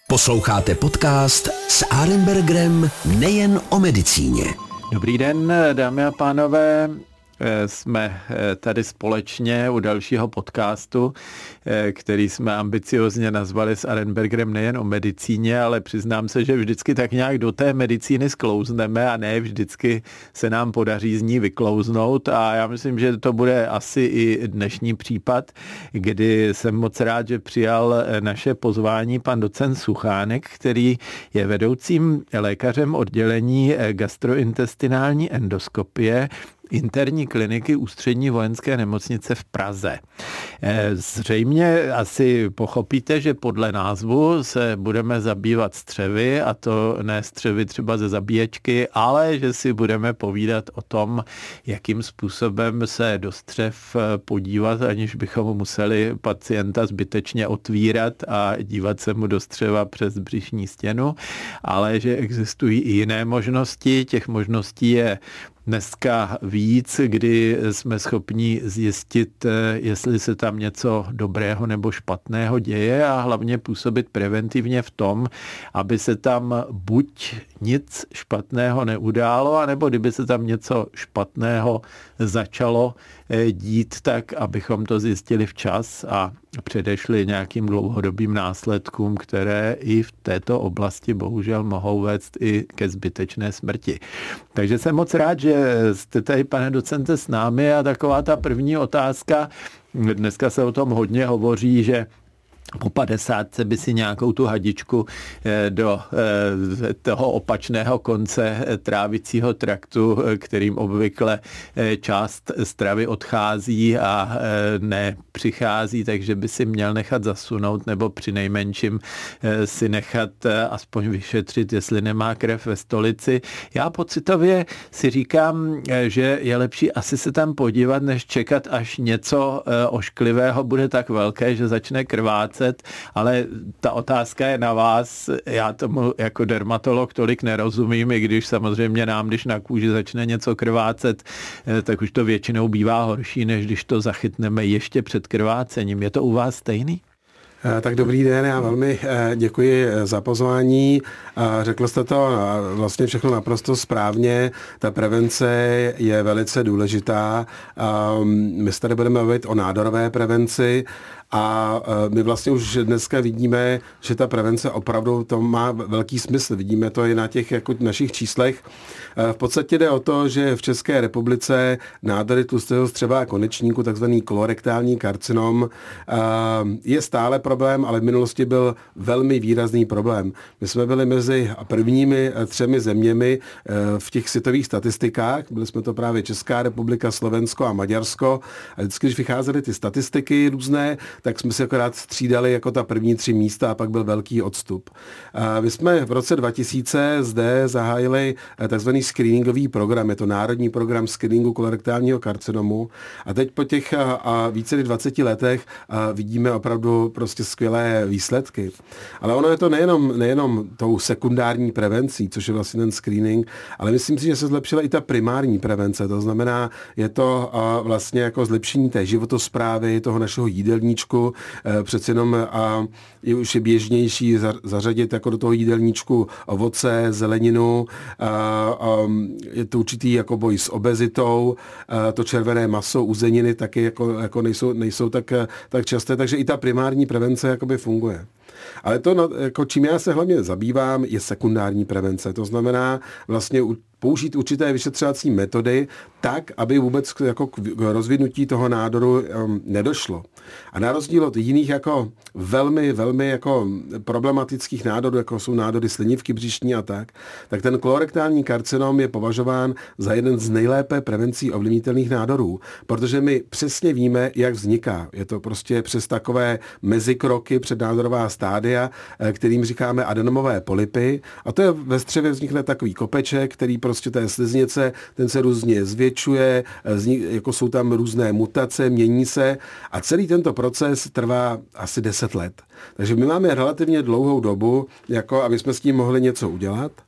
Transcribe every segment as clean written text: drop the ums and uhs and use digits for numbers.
Posloucháte podcast s Arenbergerem nejen o medicíně. Dobrý den, dámy a pánové. Jsme tady společně u dalšího podcastu, který jsme ambiciozně nazvali s Arenbergerem nejen o medicíně, ale přiznám se, že vždycky tak nějak do té medicíny sklouzneme a ne vždycky se nám podaří z ní vyklouznout a já myslím, že to bude asi i dnešní případ, kdy jsem moc rád, že přijal naše pozvání pan docent Suchánek, který je vedoucím lékařem oddělení gastrointestinální endoskopie interní kliniky Ústřední vojenské nemocnice v Praze. Zřejmě asi pochopíte, že podle názvu se budeme zabývat střevy, a to ne střevy třeba ze zabíječky, ale že si budeme povídat o tom, jakým způsobem se do střev podívat, aniž bychom museli pacienta zbytečně otvírat a dívat se mu do střeva přes břišní stěnu, ale že existují i jiné možnosti. Těch možností je dneska víc, kdy jsme schopni zjistit, jestli se tam něco dobrého nebo špatného děje a hlavně působit preventivně v tom, aby se tam buď nic špatného neudálo, anebo kdyby se tam něco špatného začalo dít, tak abychom to zjistili včas a předešli nějakým dlouhodobým následkům, které i v této oblasti bohužel mohou vést i ke zbytečné smrti. Takže jsem moc rád, že jste tady, pane docente, s námi a taková ta první otázka. Dneska se o tom hodně hovoří, že po 50 by si nějakou tu hadičku do toho opačného konce trávicího traktu, kterým obvykle část stravy odchází a nepřichází, takže by si měl nechat zasunout nebo přinejmenším si nechat aspoň vyšetřit, jestli nemá krev ve stolici. Já pocitově si říkám, že je lepší asi se tam podívat, než čekat, až něco ošklivého bude tak velké, že začne krvácet. Ale ta otázka je na vás. Já tomu jako dermatolog tolik nerozumím, i když samozřejmě nám, když na kůži začne něco krvácet, tak už to většinou bývá horší, než když to zachytneme ještě před krvácením. Je to u vás stejný? Tak dobrý den, já velmi děkuji za pozvání. Řekl jste to vlastně všechno naprosto správně. Ta prevence je velice důležitá. My se tady budeme mluvit o nádorové prevenci. A my vlastně už dneska vidíme, že ta prevence opravdu to má velký smysl. Vidíme to i na těch jako našich číslech. V podstatě jde o to, že v České republice nádory tlustého střeva a konečníku, takzvaný kolorektální karcinom, je stále problém, ale v minulosti byl velmi výrazný problém. My jsme byli mezi prvními 3 zeměmi v těch světových statistikách. Byli jsme to právě Česká republika, Slovensko a Maďarsko. A vždycky, když vycházely ty statistiky různé, tak jsme si akorát střídali jako ta první 3 místa a pak byl velký odstup. My jsme v roce 2000 zde zahájili takzvaný screeningový program. Je to národní program screeningu kolorektálního karcinomu a teď po těch více než 20 letech vidíme opravdu prostě skvělé výsledky. Ale ono je to nejenom tou sekundární prevencí, což je vlastně ten screening, ale myslím si, že se zlepšila i ta primární prevence. To znamená, je to vlastně jako zlepšení té životosprávy, toho našeho jídelníčku. Přece jenom už je běžnější zařadit jako do toho jídelníčku ovoce, zeleninu, je to určitý jako boj s obezitou, to červené maso, uzeniny taky jako nejsou tak časté, takže i ta primární prevence jakoby funguje. Ale to, jako čím já se hlavně zabývám, je sekundární prevence. To znamená vlastně použít určité vyšetřovací metody tak, aby vůbec jako k rozvinutí toho nádoru nedošlo. A na rozdíl od jiných jako velmi, velmi jako problematických nádorů, jako jsou nádory slinivky břišní a tak ten kolorektální karcinom je považován za jeden z nejlépe prevencí ovlivnitelných nádorů, protože my přesně víme, jak vzniká. Je to prostě přes takové mezikroky přednádorová stádia, kterým říkáme adenomové polypy, a to je ve střevě vznikne takový kopeček, který prostě té sliznice, ten se různě zvětšuje, jako jsou tam různé mutace, mění se a celý tento proces trvá asi 10 let. Takže my máme relativně dlouhou dobu, jako aby jsme s tím mohli něco udělat.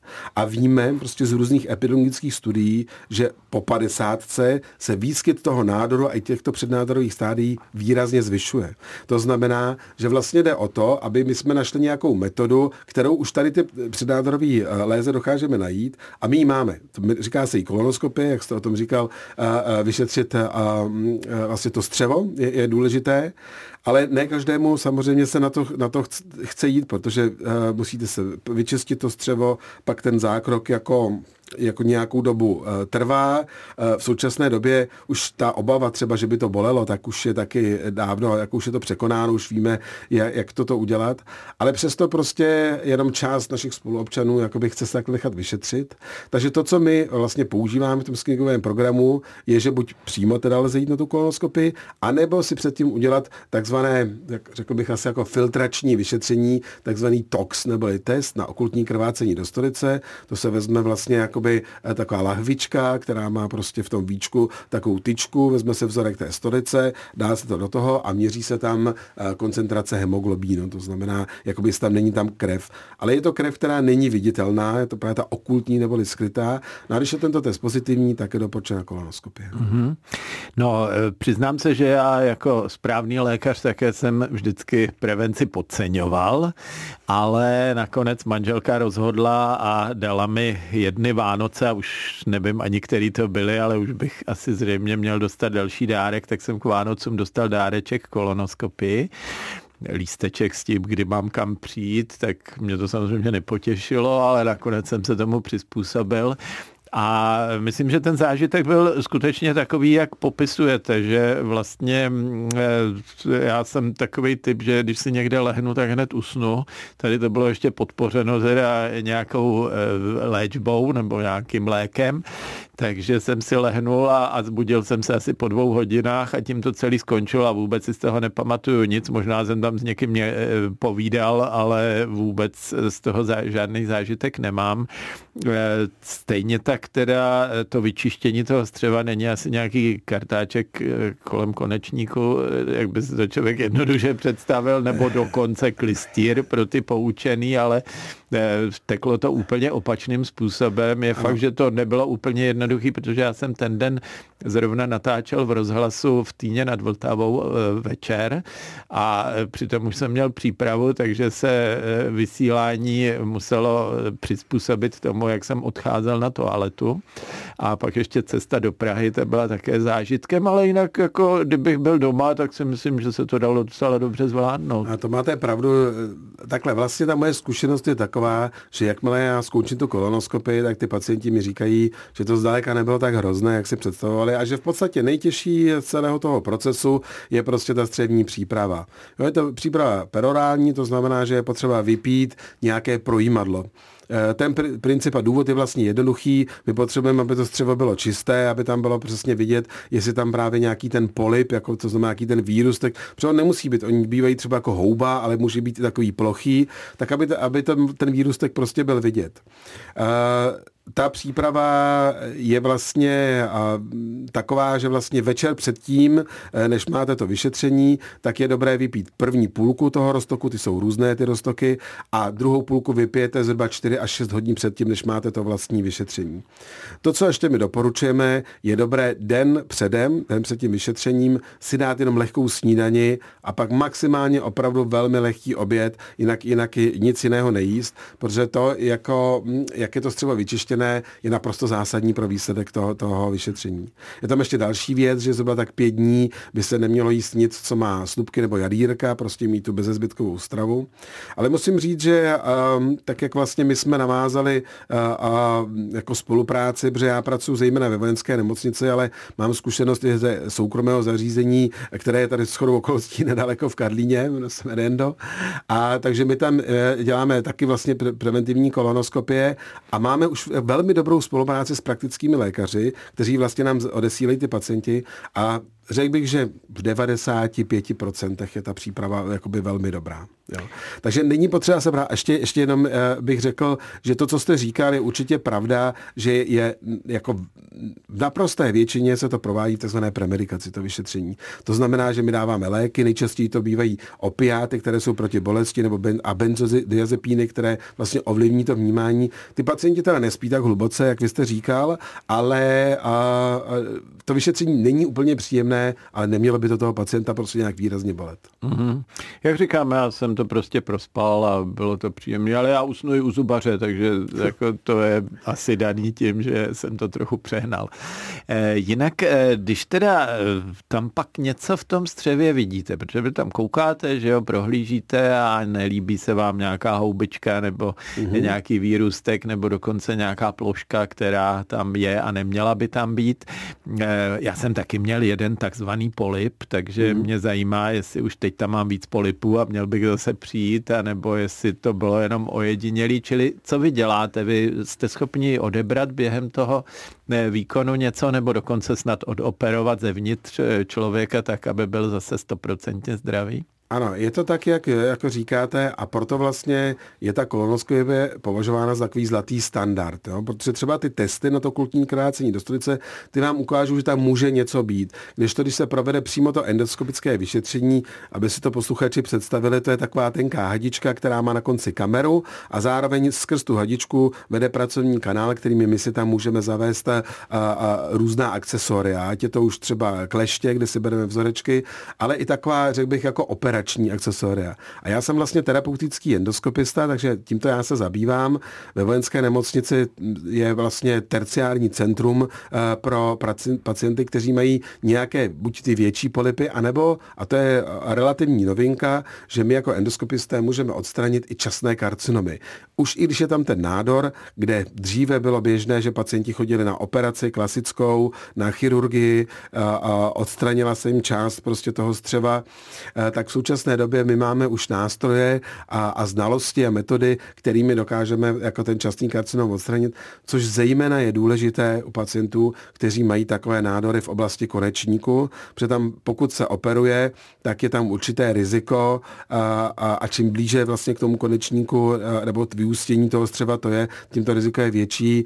A víme prostě z různých epidemiologických studií, že po 50 se výskyt toho nádoru a i těchto přednádorových stádií výrazně zvyšuje. To znamená, že vlastně jde o to, aby my jsme našli nějakou metodu, kterou už tady ty přednádorové léze dokážeme najít a my ji máme. Říká se i kolonoskopie, jak jste o tom říkal, vyšetřit vlastně to střevo je důležité, ale ne každému samozřejmě se na to chce jít, protože musíte se vyčistit to střevo, pak ten zákrok jako nějakou dobu trvá. V současné době už ta obava třeba, že by to bolelo, tak už je taky dávno, jak už je to překonáno, už víme, jak toto udělat. Ale přesto prostě jenom část našich spoluobčanů jakoby chce se tak nechat vyšetřit. Takže to, co my vlastně používáme v tom screeningovém programu, je, že buď přímo teda lze jít na tu kolonoskopii, anebo si předtím udělat takzvané, řekl bych asi jako filtrační vyšetření, takzvaný TOX, neboli test na okultní krvácení do stolice. To se vezme vlastně jakoby taková lahvička, která má prostě v tom víčku takovou tyčku, vezme se vzorek té stolice, dá se to do toho a měří se tam koncentrace hemoglobínu. To znamená, jakoby tam není tam krev. Ale je to krev, která není viditelná, je to právě ta okultní neboli skrytá. No a když je tento test pozitivní, tak je doporučena kolonoskopie. Mm-hmm. No, přiznám se, že já jako správný lékař také jsem vždycky prevenci podceňoval, ale nakonec manželka rozhodla a dala mi jedny Vánoce a už nevím ani, který to byly, ale už bych asi zřejmě měl dostat další dárek, tak jsem k Vánocům dostal dáreček kolonoskopii. Lísteček s tím, kdy mám kam přijít, tak mě to samozřejmě nepotěšilo, ale nakonec jsem se tomu přizpůsobil. A myslím, že ten zážitek byl skutečně takový, jak popisujete, že vlastně já jsem takový typ, že když si někde lehnu, tak hned usnu. Tady to bylo ještě podpořeno teda nějakou léčbou nebo nějakým lékem, takže jsem si lehnul a zbudil jsem se asi po 2 hodinách a tím to celý skončilo a vůbec si z toho nepamatuju nic. Možná jsem tam s někým povídal, ale vůbec z toho žádný zážitek nemám. Stejně tak teda to vyčištění toho střeva není asi nějaký kartáček kolem konečníku, jak by se to člověk jednoduše představil, nebo dokonce klistýr pro ty poučený, ale teklo to úplně opačným způsobem. Je fakt, že to nebylo úplně jednoduchý, protože já jsem ten den zrovna natáčel v rozhlasu v Týně nad Vltavou večer a přitom už jsem měl přípravu, takže se vysílání muselo přizpůsobit tomu, jak jsem odcházel na toaletu. A pak ještě cesta do Prahy, to byla také zážitkem, ale jinak jako kdybych byl doma, tak si myslím, že se to dalo docela dobře zvládnout. A to máte pravdu. Takhle vlastně ta moje zkušenost je taková, že jakmile já skončím tu kolonoskopii, tak ty pacienti mi říkají, že to zdaleka nebylo tak hrozné, jak si představovali a že v podstatě nejtěžší z celého toho procesu je prostě ta střevní příprava. Jo, je to příprava perorální, to znamená, že je potřeba vypít nějaké projímadlo. Ten princip a důvod je vlastně jednoduchý. My potřebujeme, aby to střevo bylo čisté, aby tam bylo přesně vidět, jestli tam právě nějaký ten polyp, jako to znamená nějaký ten výrůstek. Protože on nemusí být, oni bývají třeba jako houba, ale může být i takový plochý, tak aby ten výrůstek prostě byl vidět. Ta příprava je vlastně taková, že vlastně večer předtím, než máte to vyšetření, tak je dobré vypít první půlku toho roztoku, ty jsou různé ty roztoky, a druhou půlku vypijete zhruba 4 až 6 hodin předtím, než máte to vlastní vyšetření. To, co ještě my doporučujeme, je dobré den před tím vyšetřením si dát jenom lehkou snídani a pak maximálně opravdu velmi lehký oběd, jinak nic jiného nejíst, protože to, jak je to střevo vyčištěné, je naprosto zásadní pro výsledek toho vyšetření. Je tam ještě další věc, že zhruba tak 5 dní by se nemělo jíst nic, co má slupky nebo jadýrka, prostě mít tu bezezbytkovou stravu. Ale musím říct, že tak jak vlastně my jsme navázali jako spolupráci, protože já pracuji zejména ve vojenské nemocnici, ale mám zkušenost i ze soukromého zařízení, které je tady shodou okolností nedaleko v Karlíně, jmenuje se Merendo. A takže my tam děláme taky vlastně preventivní kolonoskopie a máme už velmi dobrou spolupráci s praktickými lékaři, kteří vlastně nám odesílají ty pacienti a řekl bych, že v 95% je ta příprava jakoby velmi dobrá. Jo. Takže není potřeba se brát. Ještě jenom bych řekl, že to, co jste říkal, je určitě pravda, že je jako v naprosté většině se to provádí v tzv. Premedikaci, to vyšetření. To znamená, že my dáváme léky, nejčastěji to bývají opiáty, které jsou proti bolesti, nebo a benzodiazepíny, které vlastně ovlivní to vnímání. Ty pacienti teda nespí tak hluboce, jak vy jste říkal, ale to vyšetření není úplně příjemné, ale nemělo by to toho pacienta prostě nějak výrazně bolet. Mm-hmm. Jak říkám, já jsem to prostě prospal a bylo to příjemné, ale já usnu i u zubaře, takže jako to je asi daný tím, že jsem to trochu přehnal. Jinak, když teda tam pak něco v tom střevě vidíte, protože vy tam koukáte, že jo, prohlížíte a nelíbí se vám nějaká houbička nebo nějaký výrůstek nebo dokonce nějaká ploška, která tam je a neměla by tam být. Já jsem taky měl jeden takzvaný polyp, takže mě zajímá, jestli už teď tam mám víc polypů a měl bych zase přijít, anebo jestli to bylo jenom ojedinělý. Čili co vy děláte? Vy jste schopni odebrat během toho výkonu něco, nebo dokonce snad odoperovat zevnitř člověka tak, aby byl zase 100% zdravý? Ano, je to tak, jak jako říkáte, a proto vlastně je ta kolonoskopie považována za takový zlatý standard. Jo? Protože třeba ty testy na to okultní krvácení do stolice, ty vám ukážou, že tam může něco být. Když se provede přímo to endoskopické vyšetření, aby si to posluchači představili, to je taková tenká hadička, která má na konci kameru a zároveň skrz tu hadičku vede pracovní kanál, kterými my si tam můžeme zavést různá akcesoria. Ať je to už třeba kleště, kde si bereme vzorečky, ale i taková, řekl bych, jako operační akcesoria. A já jsem vlastně terapeutický endoskopista, takže tímto já se zabývám. Ve vojenské nemocnici je vlastně terciární centrum pro pacienty, kteří mají nějaké buď ty větší polypy, anebo, a to je relativní novinka, že my jako endoskopisté můžeme odstranit i časné karcinomy. Už i když je tam ten nádor, kde dříve bylo běžné, že pacienti chodili na operaci klasickou, na chirurgii, a odstranila se jim část prostě toho střeva, tak v současné době my máme už nástroje a znalosti a metody, kterými dokážeme jako ten častý karcinom odstranit, což zejména je důležité u pacientů, kteří mají takové nádory v oblasti konečníku, protože tam pokud se operuje, tak je tam určité riziko a čím blíže vlastně k tomu konečníku nebo vyústění toho střeva to je, tím to riziko je větší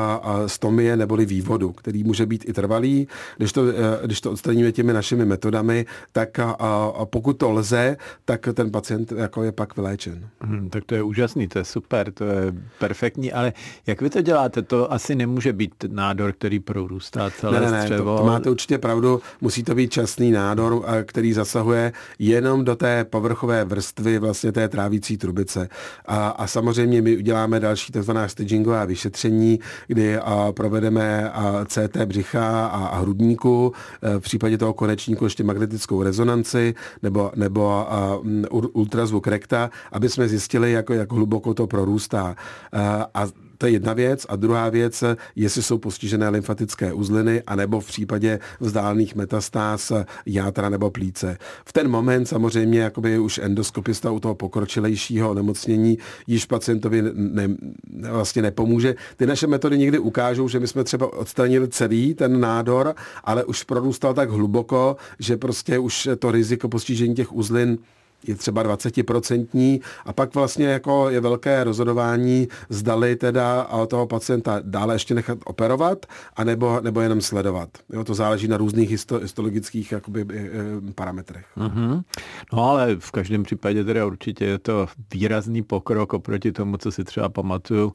stomie neboli vývodu, který může být i trvalý. Když to odstraníme těmi našimi metodami, tak pokud to lze, tak ten pacient jako je pak vyléčen. Tak to je úžasný, to je super, to je perfektní, ale jak vy to děláte? To asi nemůže být nádor, který prorůstá celé střevo. To máte určitě pravdu, musí to být časný nádor, který zasahuje jenom do té povrchové vrstvy vlastně té trávící trubice. A samozřejmě my uděláme další tzv. Stagingová vyšetření, kdy provedeme CT břicha a hrudníku, v případě toho konečníku ještě magnetickou rezonanci nebo ultrazvuk rekta, aby jsme zjistili, jak hluboko to prorůstá. A to je jedna věc. A druhá věc, jestli jsou postižené lymfatické uzliny, anebo v případě vzdálených metastáz játra nebo plíce. V ten moment samozřejmě jakoby už endoskopista u toho pokročilejšího onemocnění již pacientovi vlastně nepomůže. Ty naše metody někdy ukážou, že my jsme třeba odstranili celý ten nádor, ale už prorůstal tak hluboko, že prostě už to riziko postižení těch uzlin je třeba 20% a pak vlastně jako je velké rozhodování, zdali teda toho pacienta dále ještě nechat operovat, nebo jenom sledovat. Jo, to záleží na různých histologických jakoby, parametrech. Mm-hmm. No ale v každém případě teda určitě je to výrazný pokrok oproti tomu, co si třeba pamatuju,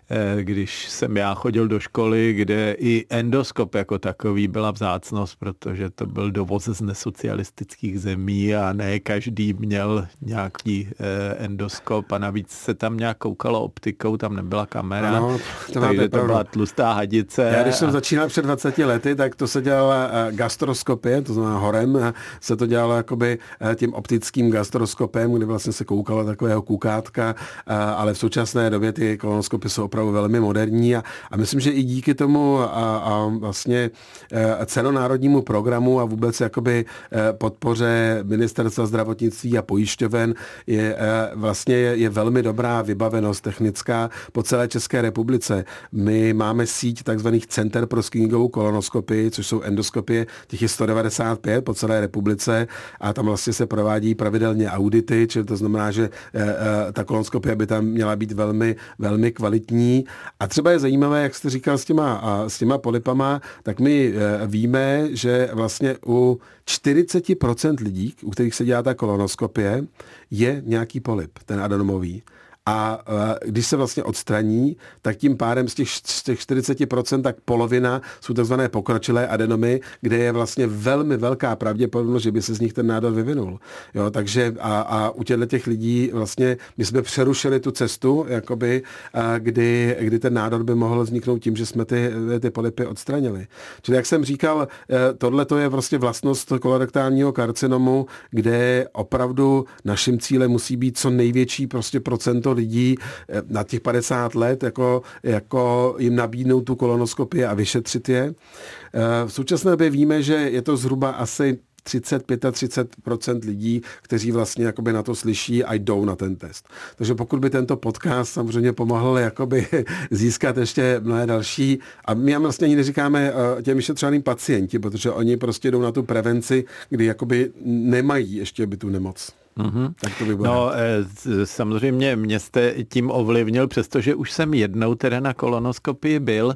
když jsem já chodil do školy, kde i endoskop jako takový byla vzácnost, protože to byl dovoz z nesocialistických zemí a ne každý měl nějaký endoskop a navíc se tam nějak koukalo optikou, tam nebyla kamera, ano, takže to byla tlustá hadice. Já když jsem začínal před 20 lety, tak to se dělala gastroskopie, to znamená horem, se to dělalo jakoby tím optickým gastroskopem, kdy vlastně se koukalo takového koukátka, ale v současné době ty kolonoskopy jsou opravdu velmi moderní a myslím, že i díky tomu a vlastně celonárodnímu programu a vůbec jakoby podpoře ministerstva zdravotnictví a pojišťoven je velmi dobrá vybavenost technická po celé České republice. My máme síť takzvaných center pro screeningovou kolonoskopii, což jsou endoskopie, těch je 195 po celé republice a tam vlastně se provádí pravidelně audity, čili to znamená, že ta kolonoskopie by tam měla být velmi, velmi kvalitní. A třeba je zajímavé, jak jste říkal s těma polypama, tak my víme, že vlastně u 40% lidí, u kterých se dělá ta kolonoskopie, je nějaký polyp, ten adenomový. A když se vlastně odstraní, tak tím pádem z těch 40%, tak polovina jsou takzvané pokročilé adenomy, kde je vlastně velmi velká pravděpodobnost, že by se z nich ten nádor vyvinul. Jo, takže a u těch lidí vlastně my jsme přerušili tu cestu, jakoby, kdy ten nádor by mohl vzniknout tím, že jsme ty polypy odstranili. Čili jak jsem říkal, tohle to je vlastně vlastnost kolorektálního karcinomu, kde opravdu naším cílem musí být co největší prostě procento lidí na těch 50 let, jako jim nabídnout tu kolonoskopii a vyšetřit je. V současné době víme, že je to zhruba asi 35% lidí, kteří vlastně jakoby na to slyší a jdou na ten test. Takže pokud by tento podcast samozřejmě pomohl jakoby získat ještě mnohé další, a my vlastně ani neříkáme těm vyšetřovaným pacienti, protože oni prostě jdou na tu prevenci, kdy jakoby nemají ještě by tu nemoc. Mm-hmm. Tak to by bylo. No, samozřejmě mě jste tím ovlivnil, přestože už jsem jednou teda na kolonoskopii byl,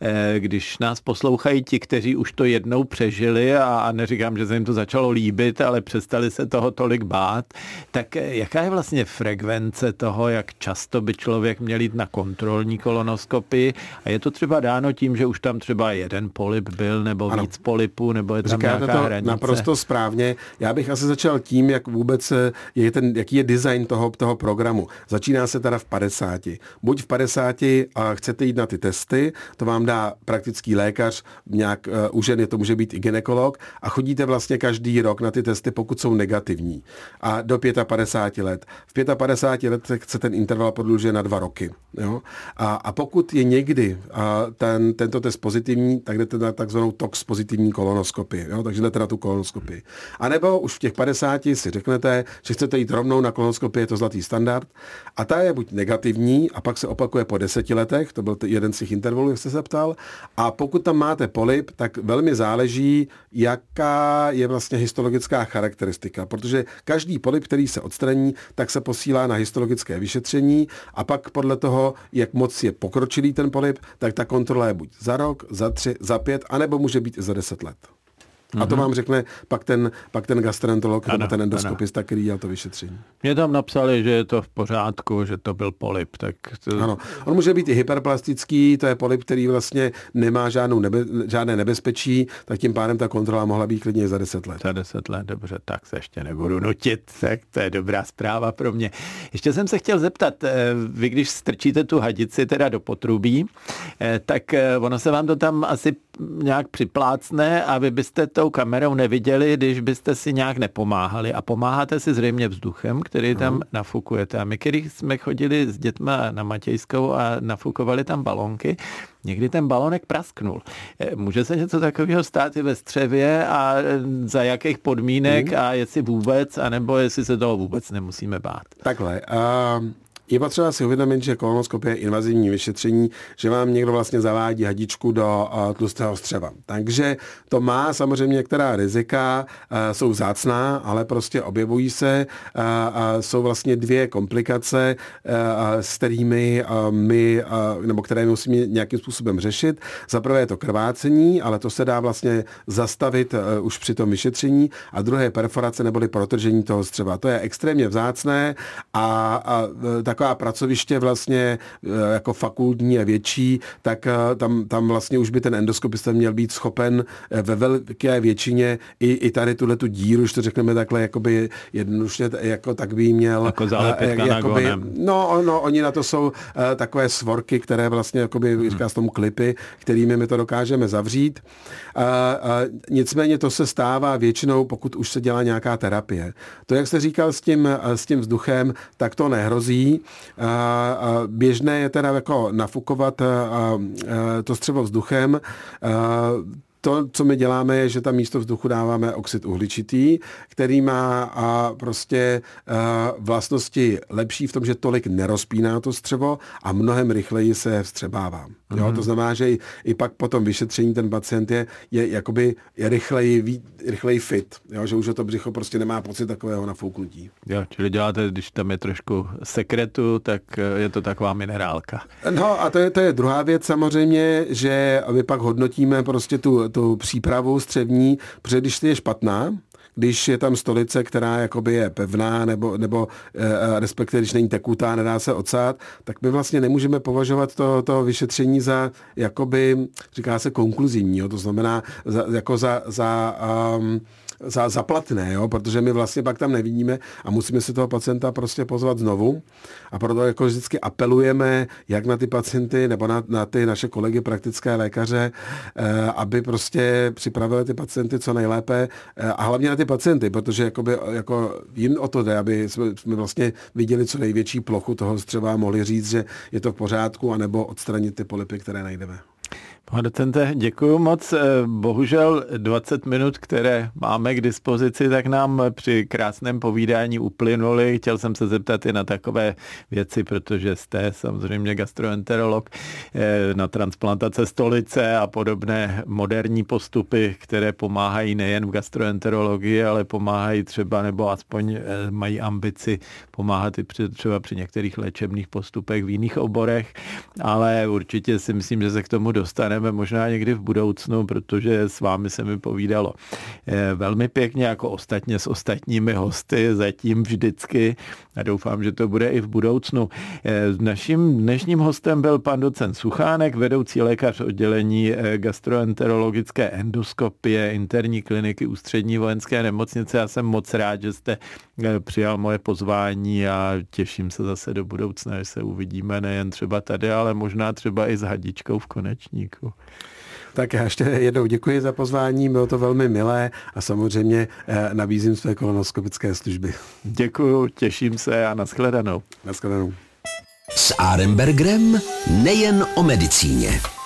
když nás poslouchají ti, kteří už to jednou přežili a neříkám, že se jim to začalo líbit, ale přestali se toho tolik bát, tak jaká je vlastně frekvence toho, jak často by člověk měl jít na kontrolní kolonoskopii a je to třeba dáno tím, že už tam třeba jeden polyp byl nebo ano. Víc polypů, nebo je tam říkáte nějaká to hranice? Naprosto správně. Já bych asi začal tím, jak vůbec jaký je design toho programu. Začíná se teda v 50. Buď v 50 a chcete jít na ty testy, to vám dá praktický lékař, nějak u žen to může být i gynekolog a chodíte vlastně každý rok na ty testy, pokud jsou negativní. A do 55 let. V 55 letech se ten interval prodlužuje na 2 roky. Jo? A pokud je někdy tento test pozitivní, tak jdete na takzvanou tox pozitivní kolonoskopii. Jo? Takže jdete na tu kolonoskopii. A nebo už v těch 50 si řeknete, že chcete jít rovnou na kolonoskopii, je to zlatý standard. A ta je buď negativní a pak se opakuje po 10 letech, to byl jeden z těch intervalů, jak jste se ptal. A pokud tam máte polyp, tak velmi záleží, jaká je vlastně histologická charakteristika, protože každý polyp, který se odstraní, tak se posílá na histologické vyšetření a pak podle toho, jak moc je pokročilý ten polyp, tak ta kontrola je buď za rok, za 3, za 5, anebo může být i za 10 let. A to vám řekne pak ten gastroenterolog nebo ten endoskopista, který dělal to vyšetření. Mě tam napsali, že je to v pořádku, že to byl polyp. Tak to... Ano, on může být i hyperplastický, to je polyp, který vlastně nemá žádné nebezpečí, tak tím pádem ta kontrola mohla být klidně za 10 let. Za 10 let, dobře, tak se ještě nebudu nutit, tak to je dobrá zpráva pro mě. Ještě jsem se chtěl zeptat, vy když strčíte tu hadici teda do potrubí, tak ono se vám to tam asi nějak připlácne a vy byste tou kamerou neviděli, když byste si nějak nepomáhali. A pomáháte si zřejmě vzduchem, který tam nafukujete. A my, když jsme chodili s dětma na Matějskou a nafukovali tam balónky, někdy ten balónek prasknul. Může se něco takového stát i ve střevě a za jakých podmínek a jestli vůbec, anebo jestli se toho vůbec nemusíme bát? Takhle. Je potřeba si uvědomit, že kolonoskopie je invazivní vyšetření, že vám někdo vlastně zavádí hadičku do tlustého střeva. Takže to má samozřejmě některá rizika, jsou vzácná, ale prostě objevují se. Jsou vlastně 2 komplikace, s kterými které musíme nějakým způsobem řešit. Za prvé je to krvácení, ale to se dá vlastně zastavit už při tom vyšetření. A druhé je perforace neboli protržení toho střeva. To je extrémně vzácné a taková pracoviště vlastně jako fakultní a větší, tak tam vlastně už by ten endoskopista měl být schopen ve velké většině i tady tu díru, už to řekneme takhle, jakoby jednoduše, jako tak by měl. Jako zálepětka nagonem. No, oni na to jsou takové svorky, které vlastně, jakoby, říká s tomu klipy, kterými my to dokážeme zavřít. Nicméně to se stává většinou, pokud už se dělá nějaká terapie. To, jak jste říkal s tím vzduchem, tak to nehrozí. Běžné je teda jako nafukovat to střevo vzduchem. to, co my děláme, je, že tam místo vzduchu dáváme oxid uhličitý, který má prostě vlastnosti lepší v tom, že tolik nerozpíná to střevo a mnohem rychleji se vstřebává. Jo? To znamená, že i pak po tom vyšetření ten pacient je jakoby rychleji fit, jo? Že už to břicho prostě nemá pocit takového nafouknutí. Jo, čili děláte, když tam je trošku sekretu, tak je to taková minerálka. No a to je druhá věc samozřejmě, že my pak hodnotíme prostě tu přípravu střevní, protože když je špatná, když je tam stolice, která jakoby je pevná, nebo respektive když není tekutá, nedá se odsát, tak my vlastně nemůžeme považovat to vyšetření za jakoby, říká se konkluzivní, jo? To znamená za platné, jo? Protože my vlastně pak tam nevidíme a musíme si toho pacienta prostě pozvat znovu a proto jako vždycky apelujeme jak na ty pacienty nebo na ty naše kolegy praktické lékaře, aby prostě připravili ty pacienty co nejlépe a hlavně na ty pacienty, protože jako jim o to jde, aby jsme vlastně viděli co největší plochu toho střeva, mohli říct, že je to v pořádku, anebo odstranit ty polypy, které najdeme. Pane docente, děkuji moc. Bohužel 20 minut, které máme k dispozici, tak nám při krásném povídání uplynuly. Chtěl jsem se zeptat i na takové věci, protože jste samozřejmě gastroenterolog, na transplantace stolice a podobné moderní postupy, které pomáhají nejen v gastroenterologii, ale pomáhají třeba, nebo aspoň mají ambici pomáhat i třeba při některých léčebných postupech v jiných oborech, ale určitě si myslím, že se k tomu dostaneme možná někdy v budoucnu, protože s vámi se mi povídalo velmi pěkně, jako ostatně s ostatními hosty, zatím vždycky a doufám, že to bude i v budoucnu. Naším dnešním hostem byl pan docent Suchánek, vedoucí lékař oddělení gastroenterologické endoskopie interní kliniky Ústřední vojenské nemocnice. Já jsem moc rád, že jste přijal moje pozvání a těším se zase do budoucna, že se uvidíme nejen třeba tady, ale možná třeba i s hadičkou v Konečníku. Tak já ještě jednou děkuji za pozvání, bylo to velmi milé a samozřejmě nabízím své kolonoskopické služby. Děkuju, těším se a nashledanou. Nashledanou. S Arenbergerem nejen o medicíně.